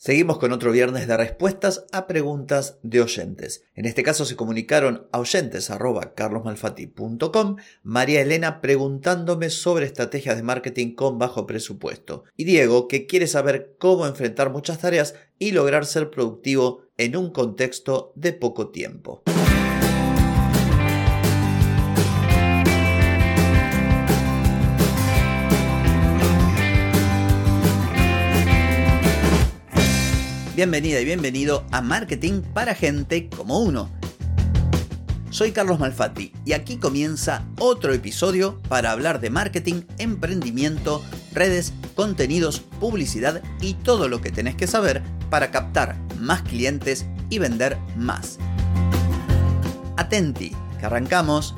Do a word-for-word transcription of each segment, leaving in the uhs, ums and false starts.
Seguimos con otro viernes de respuestas a preguntas de oyentes. En este caso se comunicaron a oyentes arroba carlosmalfatti punto com, María Elena preguntándome sobre estrategias de marketing con bajo presupuesto y Diego que quiere saber cómo enfrentar muchas tareas y lograr ser productivo en un contexto de poco tiempo. Bienvenida y bienvenido a Marketing para Gente como Uno. Soy Carlos Malfatti y aquí comienza otro episodio para hablar de marketing, emprendimiento, redes, contenidos, publicidad y todo lo que tenés que saber para captar más clientes y vender más. Atenti, que arrancamos.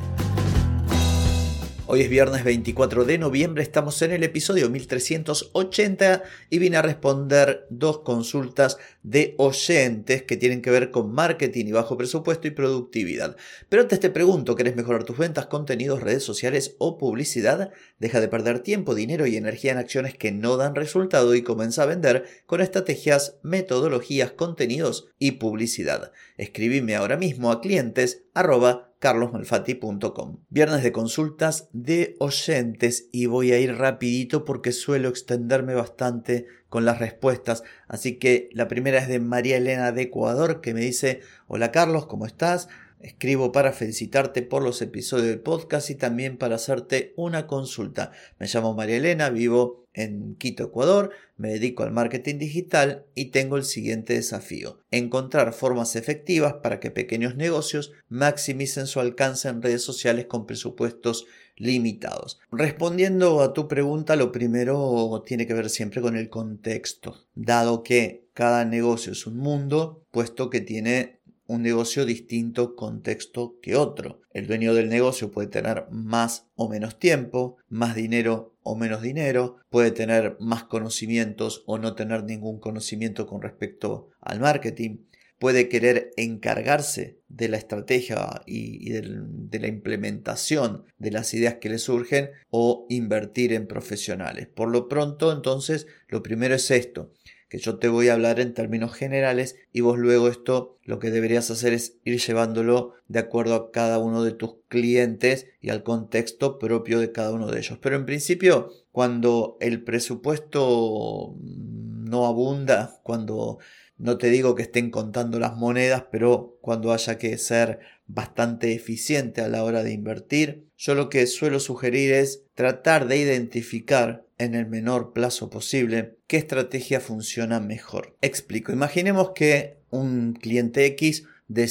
Hoy es viernes veinticuatro de noviembre, estamos en el episodio mil trescientos ochenta y vine a responder dos consultas de oyentes que tienen que ver con marketing y bajo presupuesto y productividad. Pero antes te pregunto, ¿querés mejorar tus ventas, contenidos, redes sociales o publicidad? Deja de perder tiempo, dinero y energía en acciones que no dan resultado y comienza a vender con estrategias, metodologías, contenidos y publicidad. Escribime ahora mismo a clientes arroba carlosmalfatti punto com. Viernes de consultas de oyentes y voy a ir rapidito porque suelo extenderme bastante con las respuestas. Así que la primera es de María Elena de Ecuador que me dice: hola Carlos, ¿cómo estás? Escribo para felicitarte por los episodios del podcast y también para hacerte una consulta. Me llamo María Elena, vivo en Quito, Ecuador, me dedico al marketing digital y tengo el siguiente desafío: encontrar formas efectivas para que pequeños negocios maximicen su alcance en redes sociales con presupuestos limitados. Respondiendo a tu pregunta, lo primero tiene que ver siempre con el contexto, dado que cada negocio es un mundo, puesto que tiene un negocio distinto contexto que otro. El dueño del negocio puede tener más o menos tiempo, más dinero o menos dinero, puede tener más conocimientos o no tener ningún conocimiento con respecto al marketing, puede querer encargarse de la estrategia y, y de, de la implementación de las ideas que le surgen o invertir en profesionales. Por lo pronto, entonces, lo primero es esto, que yo te voy a hablar en términos generales y vos luego esto lo que deberías hacer es ir llevándolo de acuerdo a cada uno de tus clientes y al contexto propio de cada uno de ellos. Pero en principio, cuando el presupuesto no abunda, cuando no te digo que estén contando las monedas, pero cuando haya que ser bastante eficiente a la hora de invertir, yo lo que suelo sugerir es tratar de identificar en el menor plazo posible qué estrategia funciona mejor. Explico, imaginemos que un cliente X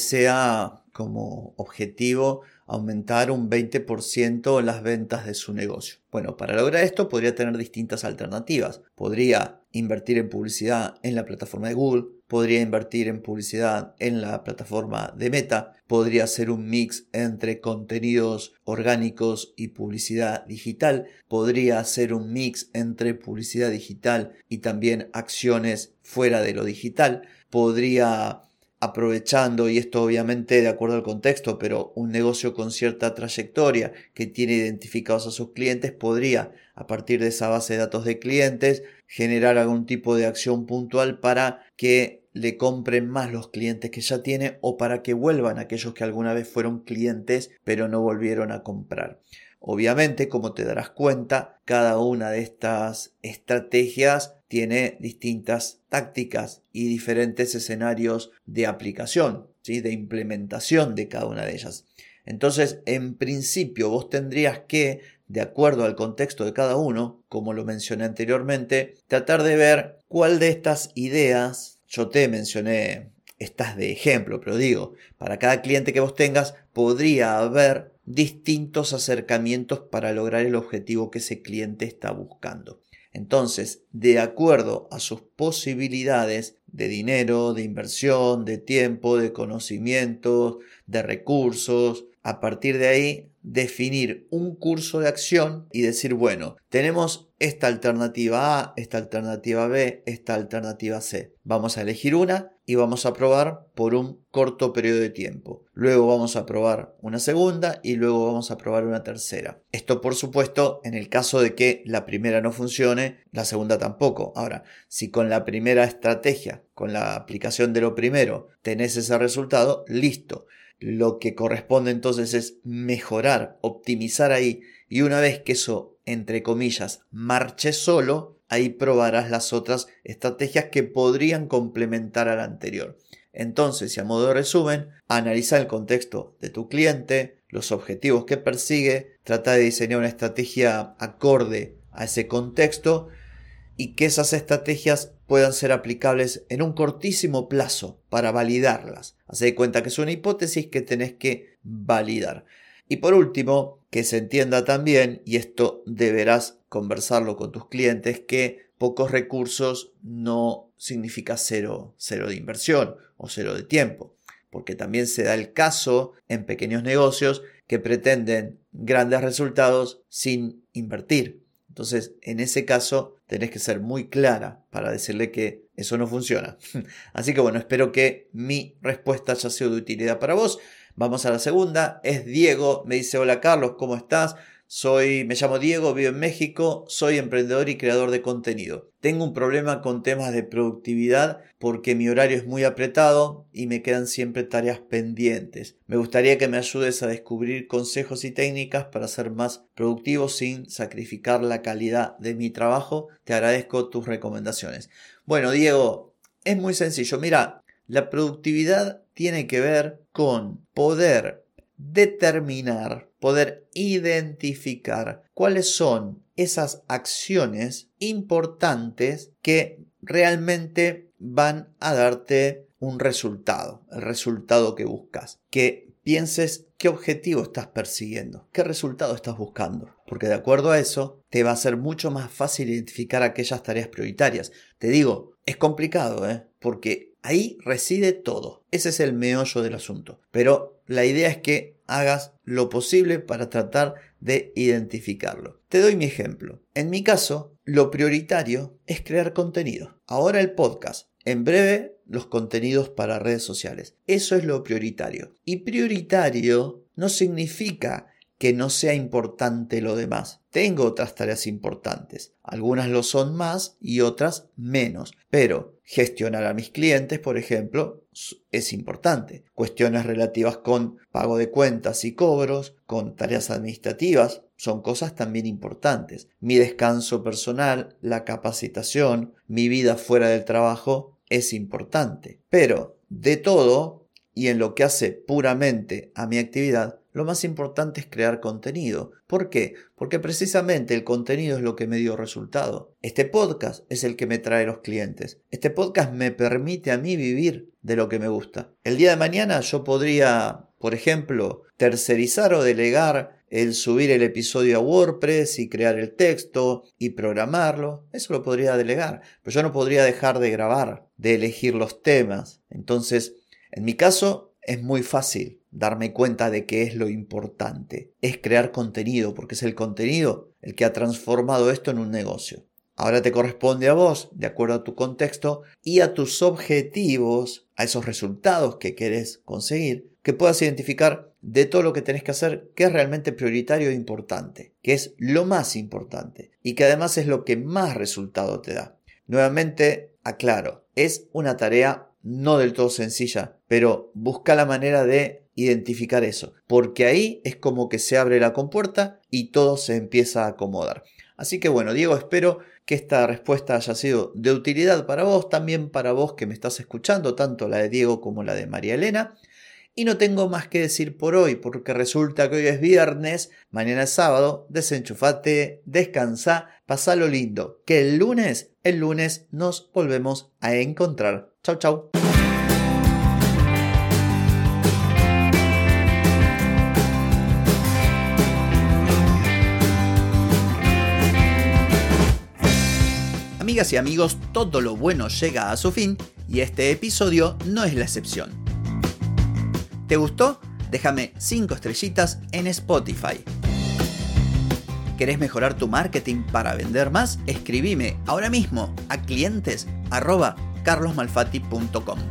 desea como objetivo aumentar un veinte por ciento las ventas de su negocio. Bueno, para lograr esto podría tener distintas alternativas. Podría invertir en publicidad en la plataforma de Google, podría invertir en publicidad en la plataforma de Meta, podría hacer un mix entre contenidos orgánicos y publicidad digital, podría hacer un mix entre publicidad digital y también acciones fuera de lo digital, podría, aprovechando, y esto obviamente de acuerdo al contexto, pero un negocio con cierta trayectoria que tiene identificados a sus clientes, podría, a partir de esa base de datos de clientes, generar algún tipo de acción puntual para que le compren más los clientes que ya tiene o para que vuelvan aquellos que alguna vez fueron clientes pero no volvieron a comprar. Obviamente, como te darás cuenta, cada una de estas estrategias tiene distintas tácticas y diferentes escenarios de aplicación, ¿sí? De implementación de cada una de ellas. Entonces, en principio, vos tendrías que, de acuerdo al contexto de cada uno, como lo mencioné anteriormente, tratar de ver cuál de estas ideas, yo te mencioné estas de ejemplo, pero digo, para cada cliente que vos tengas, podría haber distintos acercamientos para lograr el objetivo que ese cliente está buscando. Entonces, de acuerdo a sus posibilidades de dinero, de inversión, de tiempo, de conocimientos, de recursos, a partir de ahí definir un curso de acción y decir, bueno, tenemos esta alternativa A, esta alternativa B, esta alternativa C. Vamos a elegir una y vamos a probar por un corto periodo de tiempo. Luego vamos a probar una segunda y luego vamos a probar una tercera. Esto, por supuesto, en el caso de que la primera no funcione, la segunda tampoco. Ahora, si con la primera estrategia, con la aplicación de lo primero, tenés ese resultado, listo. Lo que corresponde entonces es mejorar, optimizar ahí, y una vez que eso, entre comillas, marche solo, ahí probarás las otras estrategias que podrían complementar a la anterior. Entonces, y a modo de resumen, analiza el contexto de tu cliente, los objetivos que persigue, trata de diseñar una estrategia acorde a ese contexto y que esas estrategias puedan ser aplicables en un cortísimo plazo para validarlas. Haz de cuenta que es una hipótesis que tenés que validar. Y por último, que se entienda también, y esto deberás conversarlo con tus clientes, que pocos recursos no significa cero, cero de inversión o cero de tiempo. Porque también se da el caso en pequeños negocios que pretenden grandes resultados sin invertir. Entonces, en ese caso, tenés que ser muy clara para decirle que eso no funciona. Así que bueno, espero que mi respuesta haya sido de utilidad para vos. Vamos a la segunda. Es Diego. Me dice, hola Carlos, ¿cómo estás? Soy, me llamo Diego, vivo en México, soy emprendedor y creador de contenido. Tengo un problema con temas de productividad porque mi horario es muy apretado y me quedan siempre tareas pendientes. Me gustaría que me ayudes a descubrir consejos y técnicas para ser más productivo sin sacrificar la calidad de mi trabajo. Te agradezco tus recomendaciones. Bueno, Diego, es muy sencillo. Mira, la productividad tiene que ver con poder determinar, poder identificar cuáles son esas acciones importantes que realmente van a darte un resultado, el resultado que buscas. Que pienses qué objetivo estás persiguiendo, qué resultado estás buscando, porque de acuerdo a eso te va a ser mucho más fácil identificar aquellas tareas prioritarias. Te digo, es complicado, ¿eh? Porque ahí reside todo. Ese es el meollo del asunto. Pero la idea es que hagas lo posible para tratar de identificarlo. Te doy mi ejemplo. En mi caso, lo prioritario es crear contenido. Ahora el podcast. En breve, los contenidos para redes sociales. Eso es lo prioritario. Y prioritario no significa que no sea importante lo demás. Tengo otras tareas importantes. Algunas lo son más y otras menos. Pero gestionar a mis clientes, por ejemplo, es importante. Cuestiones relativas con pago de cuentas y cobros, con tareas administrativas, son cosas también importantes. Mi descanso personal, la capacitación, mi vida fuera del trabajo es importante. Pero de todo, y en lo que hace puramente a mi actividad, lo más importante es crear contenido. ¿Por qué? Porque precisamente el contenido es lo que me dio resultado. Este podcast es el que me trae los clientes. Este podcast me permite a mí vivir de lo que me gusta. El día de mañana yo podría, por ejemplo, tercerizar o delegar el subir el episodio a WordPress y crear el texto y programarlo. Eso lo podría delegar. Pero yo no podría dejar de grabar, de elegir los temas. Entonces, en mi caso, es muy fácil darme cuenta de qué es lo importante. Es crear contenido, porque es el contenido el que ha transformado esto en un negocio. Ahora te corresponde a vos, de acuerdo a tu contexto y a tus objetivos, a esos resultados que querés conseguir, que puedas identificar de todo lo que tenés que hacer qué es realmente prioritario e importante, que es lo más importante y que además es lo que más resultado te da. Nuevamente, aclaro, es una tarea no del todo sencilla, pero busca la manera de identificar eso, porque ahí es como que se abre la compuerta y todo se empieza a acomodar. Así que bueno, Diego, espero que esta respuesta haya sido de utilidad para vos, también para vos que me estás escuchando, tanto la de Diego como la de María Elena. Y no tengo más que decir por hoy, porque resulta que hoy es viernes, mañana es sábado, desenchufate, descansa, pasalo lindo, que el lunes, el lunes nos volvemos a encontrar. Chau, chau. Amigas y amigos, todo lo bueno llega a su fin y este episodio no es la excepción. ¿Te gustó? Déjame cinco estrellitas en Spotify. ¿Querés mejorar tu marketing para vender más? Escribime ahora mismo a clientes arroba carlosmalfatti punto com.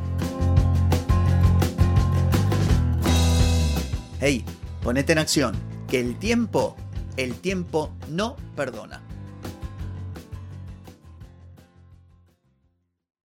Hey, ponete en acción, que el tiempo, el tiempo no perdona.